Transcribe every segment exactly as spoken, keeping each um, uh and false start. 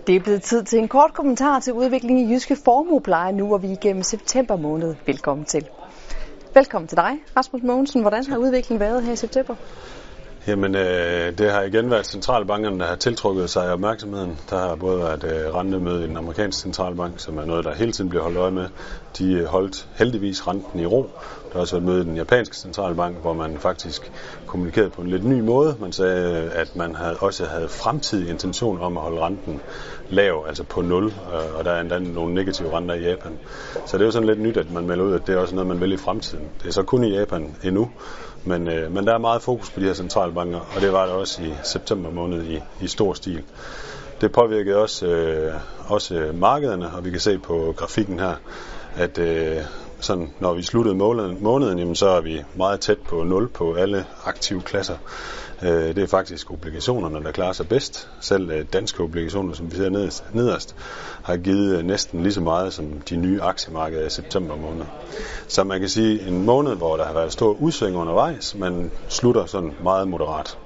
Det er blevet tid til en kort kommentar til udviklingen i Jyske Formuepleje nu, hvor vi er igennem september måned. Velkommen til. Velkommen til dig, Rasmus Mogensen. Hvordan har udviklingen været her i september? Jamen, øh, det har igen været centralbankerne, der har tiltrukket sig opmærksomheden. Der har både været øh, rentemøde i den amerikanske centralbank, som er noget, der hele tiden bliver holdt øje med. De holdt heldigvis renten i ro. Der har også været møde i den japanske centralbank, hvor man faktisk kommunikerede på en lidt ny måde. Man sagde, at man havde, også havde fremtidig intention om at holde renten lav, altså på nul, og der er endda nogle negative renter i Japan. Så det er jo sådan lidt nyt, at man melder ud, at det er også noget, man vil i fremtiden. Det er så kun i Japan endnu. Men, øh, men der er meget fokus på de her centralbanker, og det var der også i september måned i, i stor stil. Det påvirkede også, øh, også markederne, og vi kan se på grafikken her, at øh, sådan, når vi sluttede måneden, måneden jamen, så er vi meget tæt på nul på alle aktive klasser. Øh, det er faktisk obligationerne, der klarer sig bedst. Selv øh, danske obligationer, som vi ser nederst, nederst, har givet øh, næsten lige så meget som de nye aktiemarkeder i september måned. Så man kan sige en måned, hvor der har været stor udsving undervejs, men slutter sådan meget moderat.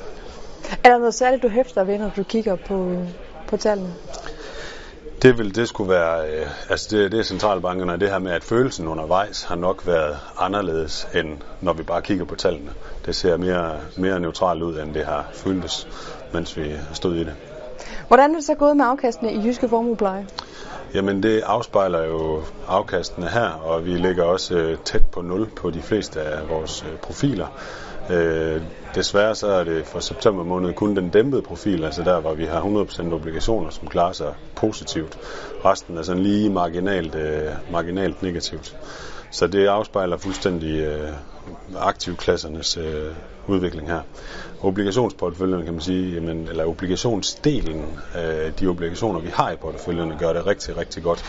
Er der noget særligt, du hæfter ved, når du kigger på, på tallene? Det vil det skulle være, øh, altså det, det er centralbankerne, det her med, at følelsen undervejs har nok været anderledes, end når vi bare kigger på tallene. Det ser mere, mere neutralt ud, end det har føltes, mens vi stod i det. Hvordan er det så gået med afkastene i Jyske Formuepleje? Jamen det afspejler jo afkastene her, og vi ligger også øh, tæt på nul på de fleste af vores øh, profiler. Øh, desværre så er det for september måned kun den dæmpede profil, altså der hvor vi har hundrede procent obligationer, som klarer sig positivt. Resten er sådan lige marginalt, øh, marginalt negativt. Så det afspejler fuldstændig øh, aktivklassernes øh, udvikling her. Obligationsporteføljen kan man sige, jamen, eller obligationsdelen af de obligationer, vi har i porteføljerne, gør det rigtig, rigtig godt.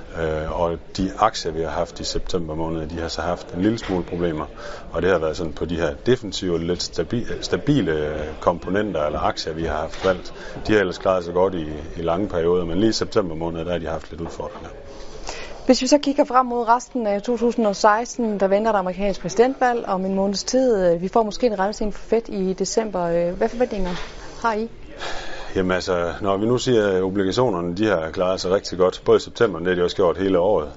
Og de aktier, vi har haft i september måned, de har så haft en lille smule problemer. Og det har været sådan på de her defensive, lidt stabile, stabile komponenter eller aktier, vi har haft valgt. De har ellers klaret sig godt i, i lange perioder, men lige i september måned, der har de haft lidt udfordringer. Hvis vi så kigger frem mod resten af to tusind og seksten, der venter der amerikansk præsidentvalg om en måneds tid. Vi får måske en rentestigning for Fed i december. Hvad forventninger har I? Jamen altså, når vi nu siger, at obligationerne de har klaret sig rigtig godt, både i september, det har de også gjort hele året,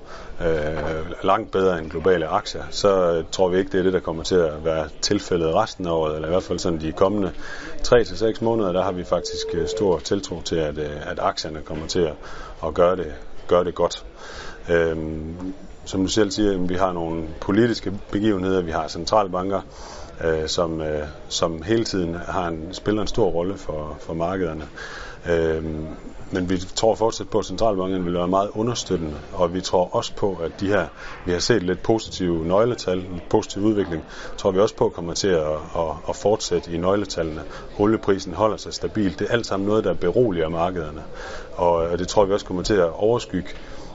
øh, langt bedre end globale aktier, så tror vi ikke, det er det, der kommer til at være tilfældet resten af året, eller i hvert fald sådan de kommende tre til seks måneder, der har vi faktisk stor tiltro til, at, at aktierne kommer til at, at gøre, det, gøre det godt. Øhm, som du selv siger, vi har nogle politiske begivenheder, vi har centralbanker, øh, som, øh, som hele tiden har en, spiller en stor rolle for, for markederne. Øhm, men vi tror fortsat på, at centralbankerne vil være meget understøttende, og vi tror også på, at de her, vi har set lidt positive nøgletal, en positiv udvikling, tror vi også på kommer til at, at, at fortsætte i nøgletallene. Olieprisen holder sig stabilt. Det er alt sammen noget, der beroliger markederne, og det tror vi også kommer til at overskygge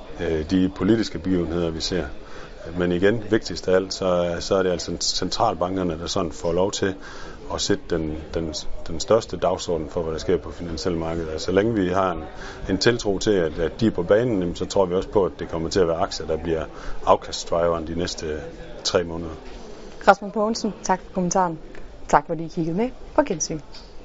de politiske begivenheder, vi ser. Men igen, vigtigst af alt, så, så er det altså centralbankerne, der sådan får lov til at sætte den, den, den største dagsorden for, hvad der sker på finansielle markeder. Så længe vi har en, en tiltro til, at, at de er på banen, så tror vi også på, at det kommer til at være aktier, der bliver afkastdriveren de næste tre måneder. Rasmus Mogensen, tak for kommentaren. Tak fordi I kiggede med. På gensyn.